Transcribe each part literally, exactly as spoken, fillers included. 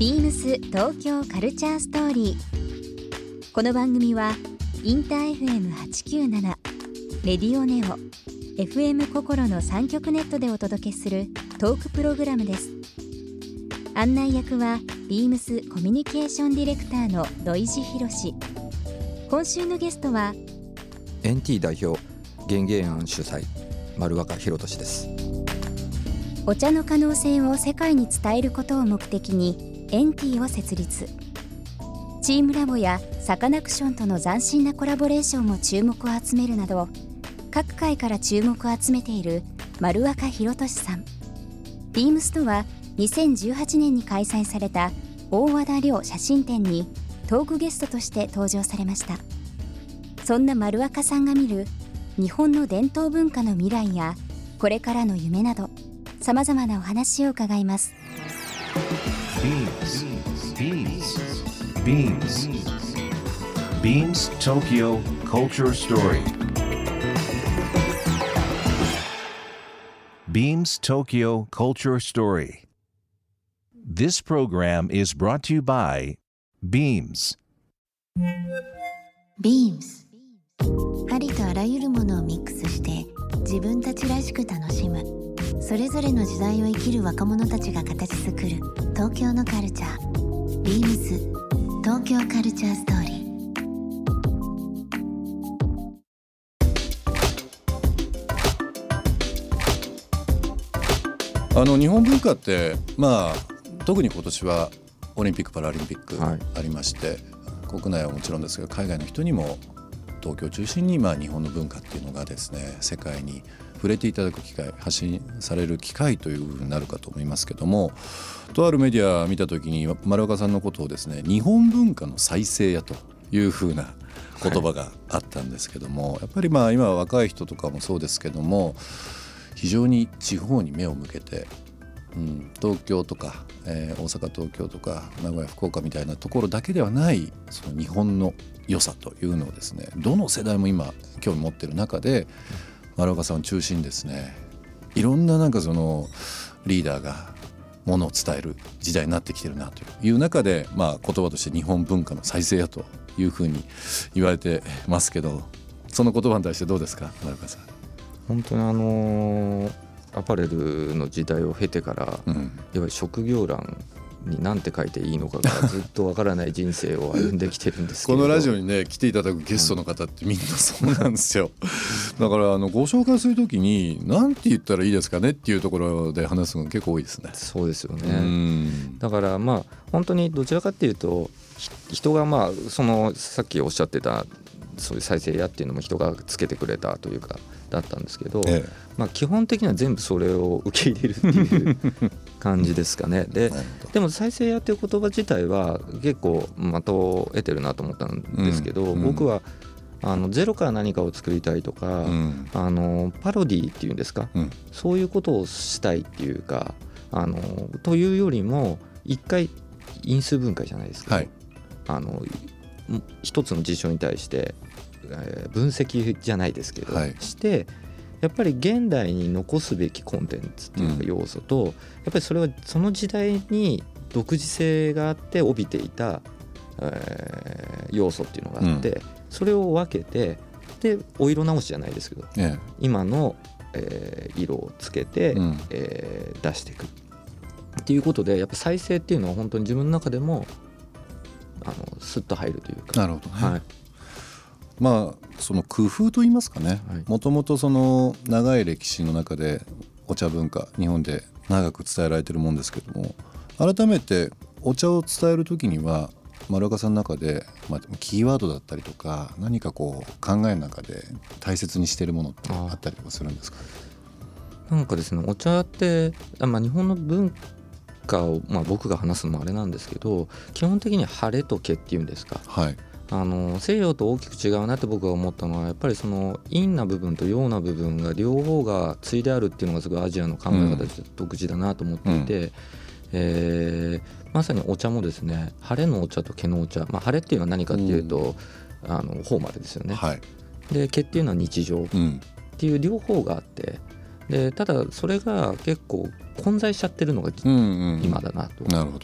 ビームス東京カルチャーストーリー。この番組はインター エフエムはちきゅうなな、レディオネオ、エフエム 心のさん局ネットでお届けするトークプログラムです。案内役はビームスコミュニケーションディレクターの土井博志。今週のゲストはエヌティー 代表玄芸庵主催丸若博俊です。 お茶の可能性を世界に伝えることを目的にエヌティーを設立。チームラボやサカナクションとの斬新なコラボレーションも注目を集めるなど、各界から注目を集めている丸若博俊さん。ビームスとはにせんじゅうはちねんに開催された大和田亮写真展にトークゲストとして登場されました。そんな丸若さんが見る日本の伝統文化の未来やこれからの夢など、さまざまなお話を伺います。 ビームス ビームス ビームス Tokyo Culture Story Beams Tokyo Culture Story. This program is brought to you by Beams. ビームス、ありとあらゆるものをミックスして自分たちらしく楽しむ、それぞれの時代を生きる若者たちが形作る東京のカルチャー。ビームス東京カルチャーストーリー。 あの日本文化って、まあ、特に今年はオリンピック・パラリンピックありまして、はい、国内はもちろんですが海外の人にも東京を中心に、まあ、日本の文化っていうのがですね、世界に触れていただく機会、発信される機会というふうになるかと思いますけども、とあるメディア見た時に丸岡さんのことをですね、日本文化の再生やというふうな言葉があったんですけども、はい、やっぱりまあ今は若い人とかもそうですけども、非常に地方に目を向けて、うん、東京とか、えー、大阪東京とか名古屋福岡みたいなところだけではないその日本の良さというのをですね、どの世代も今興味持っている中で丸岡さんを中心にですね、いろんななんかそのリーダーがものを伝える時代になってきてるなという中で、まあ、言葉として日本文化の再生やというふうに言われてますけど、その言葉に対してどうですか丸岡さん。 本当にあのー、アパレルの時代を経てから、うん、やっぱり職業欄に何て書いていいのかがずっとわからない人生を歩んできてるんですけどこのラジオにね来ていただくゲストの方ってみんなそうなんですよ。だからあのご紹介するときに何て言ったらいいですかねっていうところで話すのが結構多いですね。 そうですよね。うんだからまあ本当にどちらかっていうと人がまあそのさっきおっしゃってたそういう再生やっていうのも人がつけてくれたというかだったんですけど、ええまあ、基本的には全部それを受け入れるっていう感じですかね。で, でも再生やっていう言葉自体は結構的を得てるなと思ったんですけど、うんうん、僕はあのゼロから何かを作りたいとか、うん、あのパロディっていうんですか、うん、そういうことをしたいっていうかあのというよりも一回因数分解じゃないですけど、はい、あの一つの事象に対して分析じゃないですけど、はい、してやっぱり現代に残すべきコンテンツっていうか要素と、うん、やっぱりそれはその時代に独自性があって帯びていた、えー、要素っていうのがあって、うん、それを分けてでお色直しじゃないですけど、yeah. 今の、えー、色をつけて、うんえー、出していくっていうことで、やっぱ再生っていうのは本当に自分の中でもあのスッと入るというか。 なるほどね、はい、まあその工夫といいますかね、もともとその長い歴史の中でお茶文化日本で長く伝えられているもんですけども、改めてお茶を伝えるときには丸岡さんの中で、まあ、キーワードだったりとか何かこう考えの中で大切にしているものってあったりとかするんですか？ なんかですね、お茶って、まあ、日本の文化を、まあ、僕が話すのもあれなんですけど、基本的に晴れと毛っていうんですか、はい、あの西洋と大きく違うなって僕が思ったのは、やっぱりその陰な部分と陽な部分が両方が対であるっていうのがすごいアジアの考え方で独自だなと思っていて、うんえー、まさにお茶もですね、晴れのお茶と毛のお茶、まあ、晴れっていうのは何かっていうと、うん、あのフォーマルですよね、はい、で毛っていうのは日常っていう両方があって、でただそれが結構混在しちゃってるのが今だなと、 うんうん、なるほど。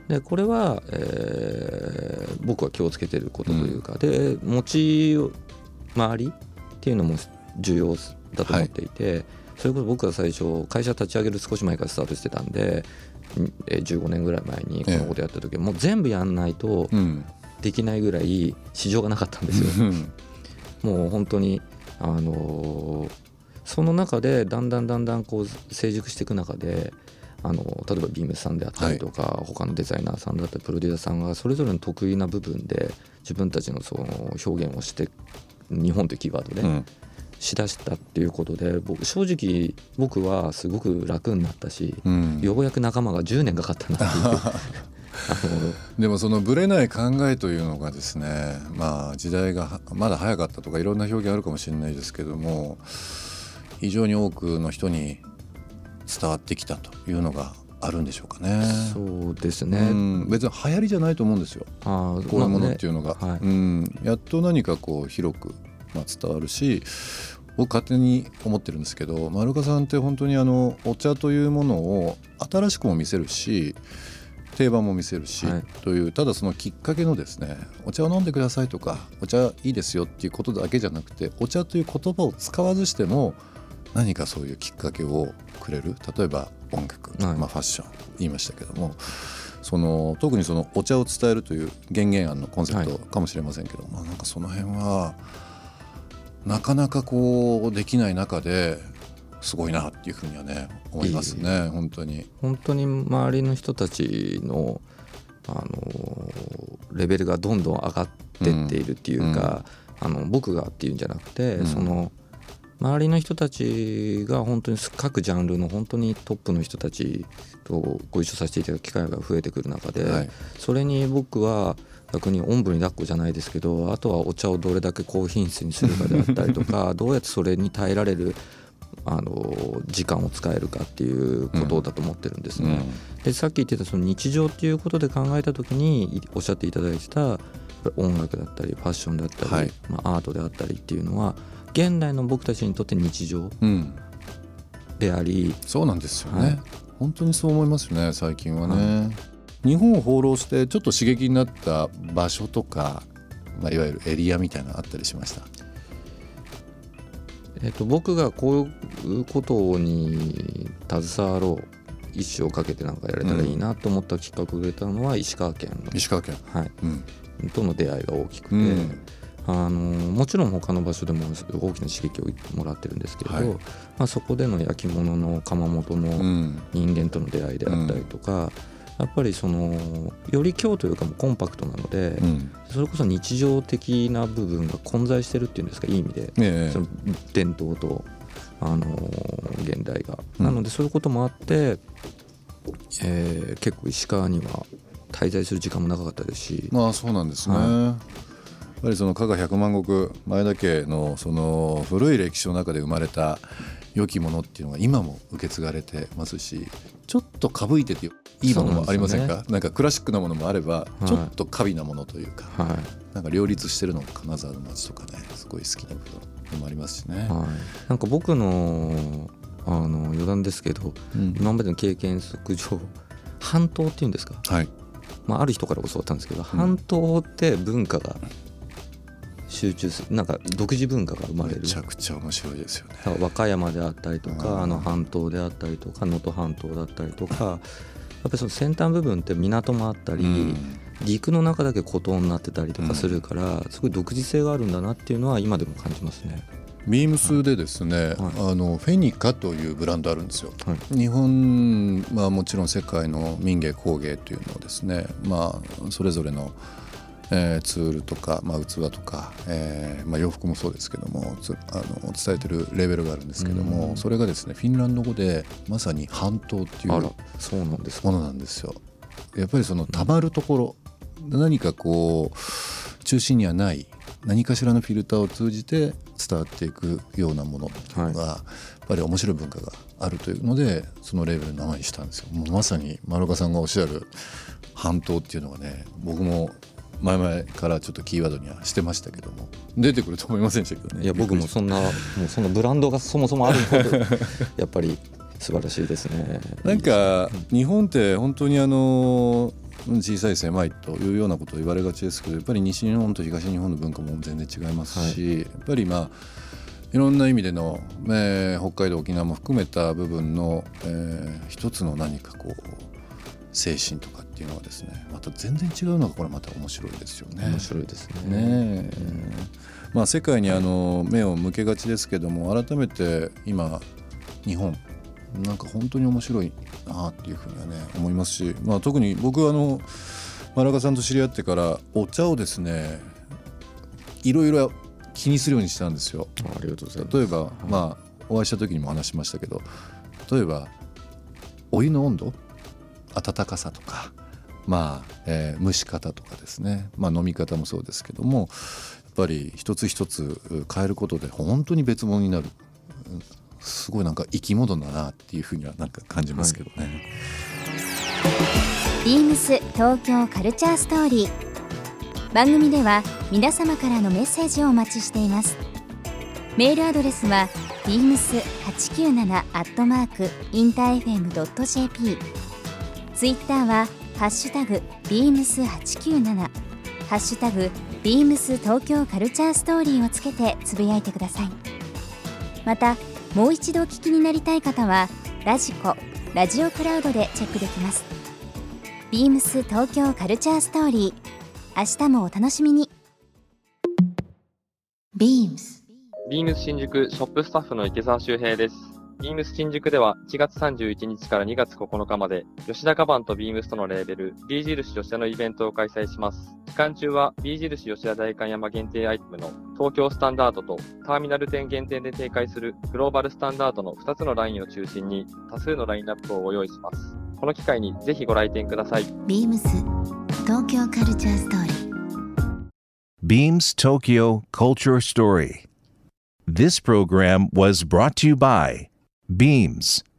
でこれは、えー、僕は気をつけてることというか、うん、で持ち回りっていうのも重要だと思っていて、はい、それこそ僕は最初会社立ち上げる少し前からスタートしてたんでじゅうごねんぐらい前にこのことやった時はもう全部やんないとできないぐらい市場がなかったんですよ、うん、もう本当にあのー、その中でだんだんだんだんこう成熟していく中であの例えばビームスさんであったりとか、はい、他のデザイナーさんだったりプロデューサーさんがそれぞれの得意な部分で自分たちのその表現をして日本というキーワードで、うんしだしたっていうことで僕正直僕はすごく楽になったし、うん、ようやく仲間がじゅうねんかかったなっていうでもそのブレない考えというのがですね、まあ時代がまだ早かったとかいろんな表現あるかもしれないですけども非常に多くの人に伝わってきたというのがあるんでしょうかね。 そうですね、うん、 別に流行りじゃないと思うんですよあこういうものっていうのが、まあねはいうん、やっと何かこう広くまあ、伝わるし僕勝手に思ってるんですけど丸岡さんって本当にあのお茶というものを新しくも見せるし定番も見せるし、はい、というただそのきっかけのですねお茶を飲んでくださいとかお茶いいですよっていうことだけじゃなくてお茶という言葉を使わずしても何かそういうきっかけをくれる例えば音楽、はいまあ、ファッション言いましたけどもその特にそのお茶を伝えるという原言案のコンセプトかもしれませんけど、はいまあ、なんかその辺はなかなかこうできない中ですごいなっていうふうにはね思いますね。いい本当に本当に周りの人たちの、あのレベルがどんどん上がってっているっていうか、うん、あの僕がっていうんじゃなくて、うん、その周りの人たちが本当に各ジャンルの本当にトップの人たちとご一緒させていただく機会が増えてくる中で、はい、それに僕は逆におんぶに抱っこじゃないですけどあとはお茶をどれだけ高品質にするかであったりとかどうやってそれに耐えられるあの時間を使えるかっていうことだと思ってるんですね、うん、でさっき言ってたその日常っていうことで考えた時におっしゃっていただいてた音楽だったりファッションだったり、はいまあ、アートであったりっていうのは現代の僕たちにとって日常であり、 うん、そうなんですよね、はい、本当にそう思いますよね最近はね、はい日本を放浪してちょっと刺激になった場所とか、まあ、いわゆるエリアみたいなのあったりしました？ えっと、僕がこういうことに携わろう一生をかけてなんかやれたらいいなと思ったきっかけをくれたのは石川県の石川県、 はいうん、との出会いが大きくて、うんあのもちろん他の場所でも大きな刺激をもらってるんですけれど、はいまあ、そこでの焼き物の窯元の人間との出会いであったりとか、うんやっぱりそのより今日というかもコンパクトなので、うん、それこそ日常的な部分が混在してるっていうんですかいい意味で、ええ、その伝統と、あのー、現代が、うん、なのでそういうこともあって、えー、結構石川には滞在する時間も長かったですしまあそうなんですね、はい、やっぱりその加賀百万石前田家のその古い歴史の中で生まれた良きものっていうのが今も受け継がれてますしちょっとかぶいてていいものもありませんか？ なんですよね。なんかクラシックなものもあれば、はい、ちょっと華美なものというか、はい、なんか両立してるのが金沢の街とかねすごい好きな部分もありますしね、はい、 なんか僕の、あの余談ですけど、うん、今までの経験則上半島っていうんですか、はいまあ、ある人から教わったんですけど、うん、半島って文化が集中するなんか独自文化が生まれるめちゃくちゃ面白いですよね。 和歌山であったりとかあの半島であったりとか能登半島だったりとかやっぱりその先端部分って港もあったり、うん、陸の中だけ孤島になってたりとかするから、うん、すごい独自性があるんだなっていうのは今でも感じますね。 ビームスでですね、はい、あのフェニカというブランドあるんですよ、はい、日本はもちろん世界の民芸工芸というのをですね、まあ、それぞれのえー、ツールとか、まあ、器とか、えーまあ、洋服もそうですけどもあの伝えてるレベルがあるんですけども、うん、それがですねフィンランド語でまさに半島っていうものなんですよ。やっぱりそのたまるところ、うん、何かこう中心にはない何かしらのフィルターを通じて伝わっていくようなものが、はい、やっぱり面白い文化があるというのでそのレベルの名前にしたんですよ。もうまさに丸岡さんがおっしゃる半島っていうのがね僕も前々からちょっとキーワードにはしてましたけども出てくると思いませんでしたけどね。 いや僕もそんなもうそのブランドがそもそもあることやっぱり素晴らしいですね。 なんか日本って本当にあの小さい狭いというようなことを言われがちですけど、やっぱり西日本と東日本の文化も全然違いますし、はい、やっぱりまあいろんな意味での、えー、北海道沖縄も含めた部分の、えー、一つの何かこう精神とかっていうのはですね、また全然違うのがこれまた面白いですよね。 面白いですね。 ね、うん、まあ、世界にあの目を向けがちですけども、改めて今日本なんか本当に面白いなっていうふうにはね思いますし、まあ、特に僕はあの丸岡さんと知り合ってからお茶をですねいろいろ気にするようにしたんですよ。 ありがとうございます。 例えば、はい、まあ、お会いした時にも話しましたけど、例えばお湯の温度、温かさとか、まあえー、蒸し方とかですね、まあ、飲み方もそうですけども、やっぱり一つ一つ変えることで本当に別物になる、すごいなんか生き物だなっていうふうにはなんか感じますけどね、はい、 ビームス東京カルチャーストーリー。番組では皆様からのメッセージをお待ちしています。メールアドレスは ビームスはちきゅうなな アットマーク インターエフエム ドット ジェーピー、 ツイッターはハッシュタグ ビームスはちきゅうなな、 ハッシュタグ ビームス 東京カルチャーストーリーをつけてつぶやいてください。またもう一度お聞きになりたい方はラジコ、ラジオクラウドでチェックできます。ビームス東京カルチャーストーリー、明日もお楽しみに。 ビームスビームス新宿ショップスタッフの池澤修平です。ビームス新宿ではいちがつさんじゅういちにちからにがつここのかまで吉田カバンとビームスとのレーベル B 印吉田のイベントを開催します。期間中は B 印吉田代官山限定アイテムの東京スタンダードとターミナル店限定で展開するグローバルスタンダードのふたつのラインを中心に多数のラインナップをご用意します。この機会にぜひご来店ください。 ビームス東京カルチャーストーリー。 Beams Tokyo Culture Story. This program was brought to you by Beams.